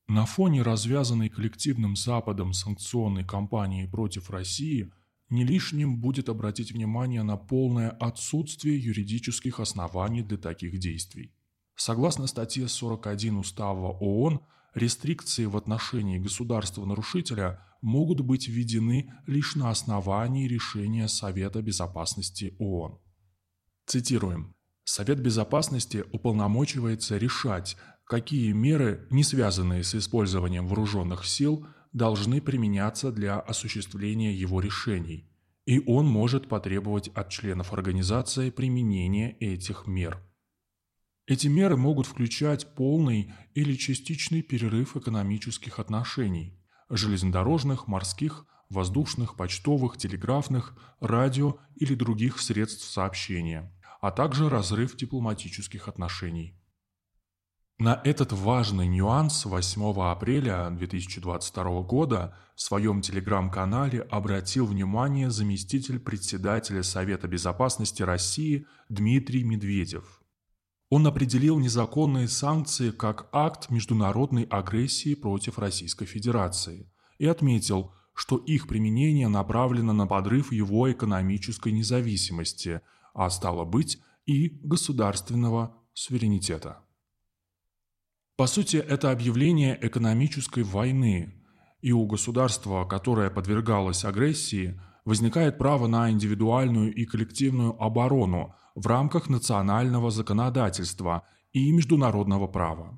На фоне развязанной коллективным Западом санкционной кампании против России не лишним будет обратить внимание на полное отсутствие юридических оснований для таких действий. Согласно статье 41 Устава ООН, рестрикции в отношении государства-нарушителя могут быть введены лишь на основании решения Совета Безопасности ООН. Цитируем. Совет Безопасности уполномочивается решать, какие меры, не связанные с использованием вооруженных сил, должны применяться для осуществления его решений, и он может потребовать от членов организации применения этих мер. Эти меры могут включать полный или частичный перерыв экономических отношений – железнодорожных, морских, воздушных, почтовых, телеграфных, радио или других средств сообщения, а также разрыв дипломатических отношений. На этот важный нюанс 8 апреля 2022 года в своем телеграм-канале обратил внимание заместитель председателя Совета Безопасности России Дмитрий Медведев. Он определил незаконные санкции как акт международной агрессии против Российской Федерации и отметил, что их применение направлено на подрыв его экономической независимости, а стало быть и государственного суверенитета. По сути, это объявление экономической войны, и у государства, которое подвергалось агрессии, возникает право на индивидуальную и коллективную оборону в рамках национального законодательства и международного права.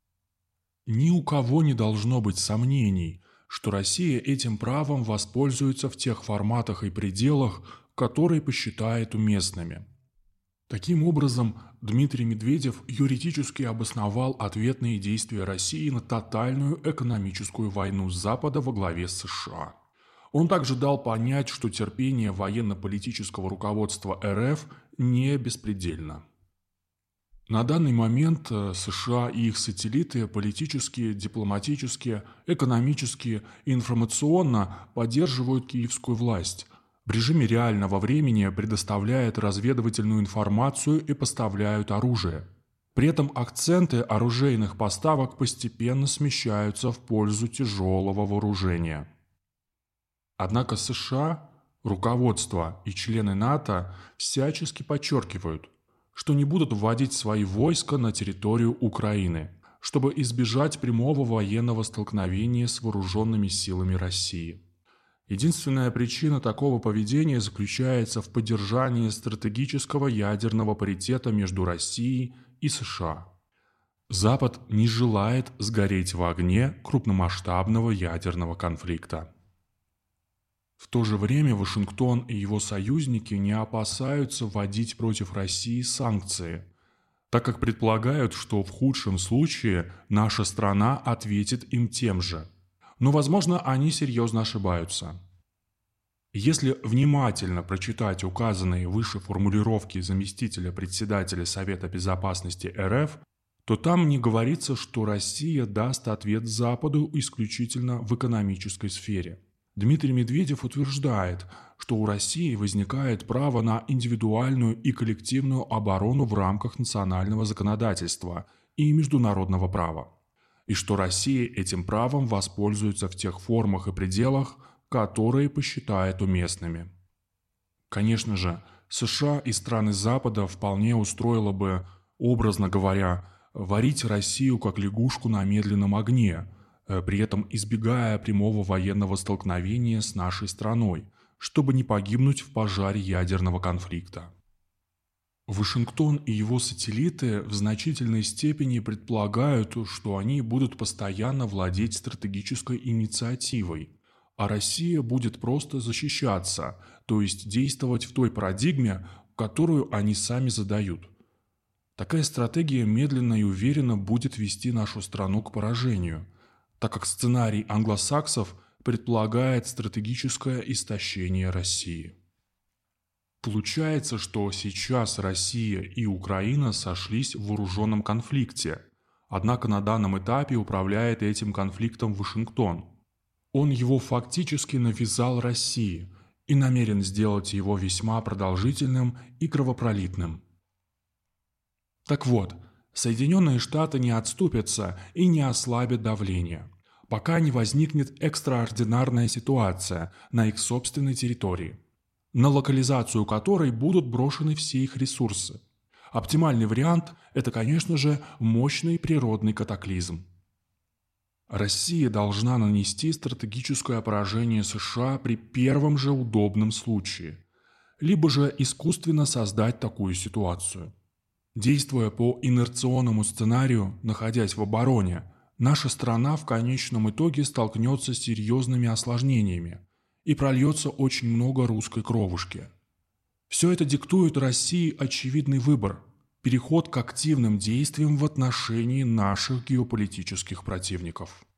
Ни у кого не должно быть сомнений, что Россия этим правом воспользуется в тех форматах и пределах, которые посчитает уместными. Таким образом, Дмитрий Медведев юридически обосновал ответные действия России на тотальную экономическую войну Запада во главе с США. Он также дал понять, что терпение военно-политического руководства РФ не беспредельно. На данный момент США и их сателлиты политически, дипломатически, экономически и информационно поддерживают киевскую власть, в режиме реального времени предоставляют разведывательную информацию и поставляют оружие. При этом акценты оружейных поставок постепенно смещаются в пользу тяжелого вооружения. Однако США, руководство и члены НАТО всячески подчеркивают, что не будут вводить свои войска на территорию Украины, чтобы избежать прямого военного столкновения с вооруженными силами России. Единственная причина такого поведения заключается в поддержании стратегического ядерного паритета между Россией и США. Запад не желает сгореть в огне крупномасштабного ядерного конфликта. В то же время Вашингтон и его союзники не опасаются вводить против России санкции, так как предполагают, что в худшем случае наша страна ответит им тем же. Но, возможно, они серьезно ошибаются. Если внимательно прочитать указанные выше формулировки заместителя председателя Совета Безопасности РФ, то там не говорится, что Россия даст ответ Западу исключительно в экономической сфере. Дмитрий Медведев утверждает, что у России возникает право на индивидуальную и коллективную оборону в рамках национального законодательства и международного права, и что Россия этим правом воспользуется в тех формах и пределах, которые посчитает уместными. Конечно же, США и страны Запада вполне устроило бы, образно говоря, варить Россию как лягушку на медленном огне, при этом избегая прямого военного столкновения с нашей страной, чтобы не погибнуть в пожаре ядерного конфликта. Вашингтон и его сателлиты в значительной степени предполагают, что они будут постоянно владеть стратегической инициативой, а Россия будет просто защищаться, то есть действовать в той парадигме, которую они сами задают. Такая стратегия медленно и уверенно будет вести нашу страну к поражению, так как сценарий англосаксов предполагает стратегическое истощение России. Получается, что сейчас Россия и Украина сошлись в вооруженном конфликте, однако на данном этапе управляет этим конфликтом Вашингтон. Он его фактически навязал России и намерен сделать его весьма продолжительным и кровопролитным. Так вот, Соединенные Штаты не отступятся и не ослабят давление, пока не возникнет экстраординарная ситуация на их собственной территории, на локализацию которой будут брошены все их ресурсы. Оптимальный вариант – это, конечно же, мощный природный катаклизм. Россия должна нанести стратегическое поражение США при первом же удобном случае, либо же искусственно создать такую ситуацию. Действуя по инерционному сценарию, находясь в обороне, наша страна в конечном итоге столкнется с серьезными осложнениями и прольется очень много русской кровушки. Все это диктует России очевидный выбор – переход к активным действиям в отношении наших геополитических противников.